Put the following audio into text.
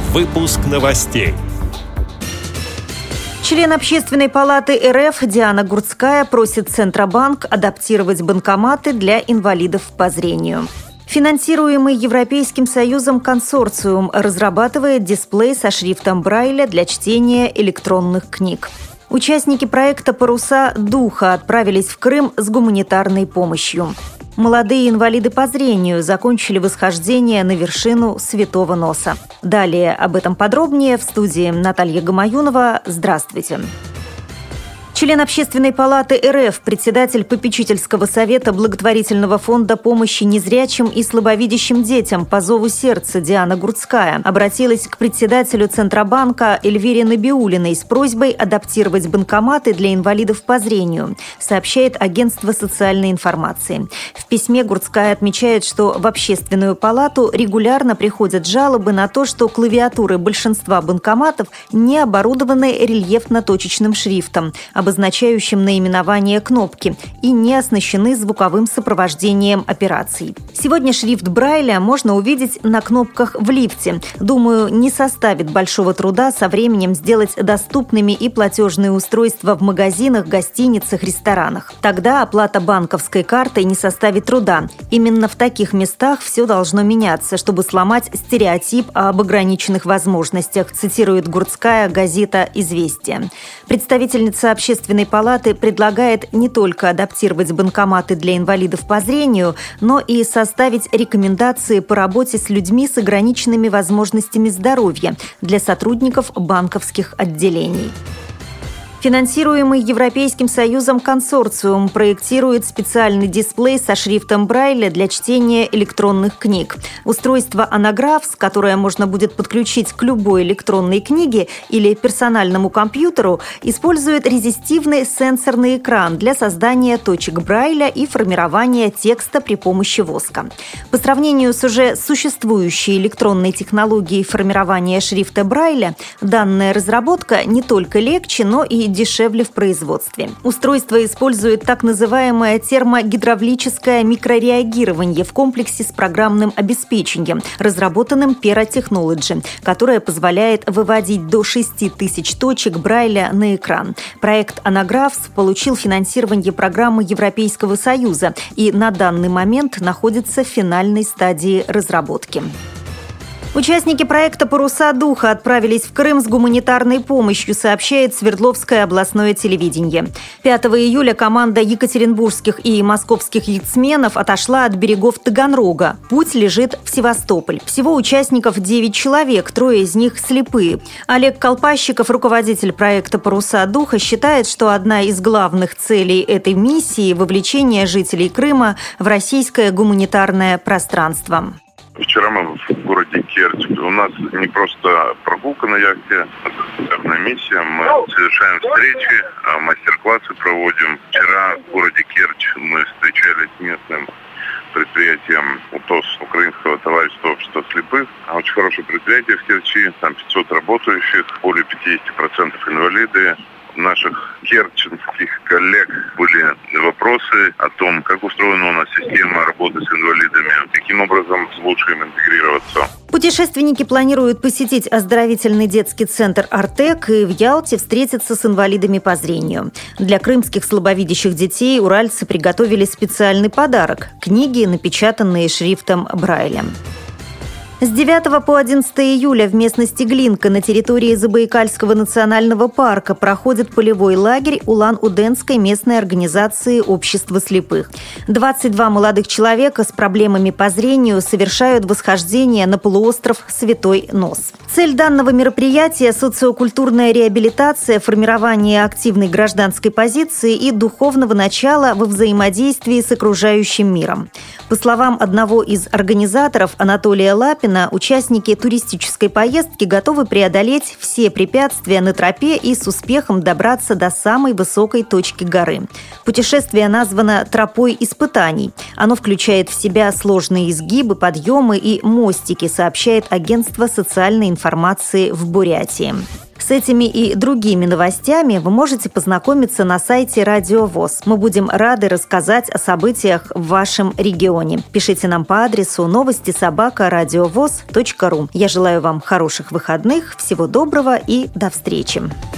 Выпуск новостей. Член Общественной палаты РФ Диана Гурцкая просит Центробанк адаптировать банкоматы для инвалидов по зрению. Финансируемый Европейским Союзом консорциум разрабатывает дисплей со шрифтом Брайля для чтения электронных книг. Участники проекта «Паруса духа» отправились в Крым с гуманитарной помощью. Молодые инвалиды по зрению закончили восхождение на вершину Святого Носа. Далее об этом подробнее в студии Наталья Гамаюнова. Здравствуйте. Член Общественной палаты РФ, председатель попечительского совета благотворительного фонда помощи незрячим и слабовидящим детям по зову сердца Диана Гурцкая обратилась к председателю Центробанка Эльвире Набиуллиной с просьбой адаптировать банкоматы для инвалидов по зрению, сообщает агентство социальной информации. В письме Гурцкая отмечает, что в Общественную палату регулярно приходят жалобы на то, что клавиатуры большинства банкоматов не оборудованы рельефно-точечным шрифтом, обозначающим наименование кнопки, и не оснащены звуковым сопровождением операций. Сегодня шрифт Брайля можно увидеть на кнопках в лифте. Думаю, не составит большого труда со временем сделать доступными и платежные устройства в магазинах, гостиницах, ресторанах. Тогда оплата банковской картой не составит труда. Именно в таких местах все должно меняться, чтобы сломать стереотип об ограниченных возможностях, цитирует Гурцкая газета «Известия». Представительница Общественной палаты предлагает не только адаптировать банкоматы для инвалидов по зрению, но и составить рекомендации по работе с людьми с ограниченными возможностями здоровья для сотрудников банковских отделений. Финансируемый Европейским Союзом консорциум проектирует специальный дисплей со шрифтом Брайля для чтения электронных книг. Устройство «Анаграфс», которое можно будет подключить к любой электронной книге или персональному компьютеру, использует резистивный сенсорный экран для создания точек Брайля и формирования текста при помощи воска. По сравнению с уже существующей электронной технологией формирования шрифта Брайля, данная разработка не только легче, но и дешевле в производстве. Устройство использует так называемое термогидравлическое микрореагирование в комплексе с программным обеспечением, разработанным Pera Technology, которое позволяет выводить до 6000 точек Брайля на экран. Проект «Анаграфс» получил финансирование программы Европейского Союза и на данный момент находится в финальной стадии разработки. Участники проекта «Паруса духа» отправились в Крым с гуманитарной помощью, сообщает Свердловское областное телевидение. 5 июля команда екатеринбургских и московских яхтсменов отошла от берегов Таганрога. Путь лежит в Севастополь. Всего участников 9 человек, 3 из них слепые. Олег Колпащиков, руководитель проекта «Паруса духа», считает, что одна из главных целей этой миссии – вовлечение жителей Крыма в российское гуманитарное пространство. Вчера мы в городе Керчь. У нас не просто прогулка на яхте, это специальная миссия. Мы совершаем встречи, мастер-классы проводим. Вчера в городе Керчь мы встречались с местным предприятием УТОС, Украинского товарищества общества слепых. Очень хорошее предприятие в Керчи, там 500 работающих, более 50% инвалиды. Наших керченских коллег были вопросы о том, как устроена у нас система работы с инвалидами, каким образом лучше им интегрироваться. Путешественники планируют посетить оздоровительный детский центр «Артек» и в Ялте встретиться с инвалидами по зрению. Для крымских слабовидящих детей уральцы приготовили специальный подарок – книги, напечатанные шрифтом Брайля. С 9 по 11 июля в местности Глинка на территории Забайкальского национального парка проходит полевой лагерь Улан-Удэнской местной организации общества слепых. 22 молодых человека с проблемами по зрению совершают восхождение на полуостров Святой Нос. Цель данного мероприятия – социокультурная реабилитация, формирование активной гражданской позиции и духовного начала во взаимодействии с окружающим миром. По словам одного из организаторов Анатолия Лапина, участники туристической поездки готовы преодолеть все препятствия на тропе и с успехом добраться до самой высокой точки горы. Путешествие названо «Тропой испытаний». Оно включает в себя сложные изгибы, подъемы и мостики, сообщает агентство социальной информации в Бурятии. С этими и другими новостями вы можете познакомиться на сайте Радио ВОС. Мы будем рады рассказать о событиях в вашем регионе. Пишите нам по адресу новости@радиовос.ру. Я желаю вам хороших выходных, всего доброго и до встречи.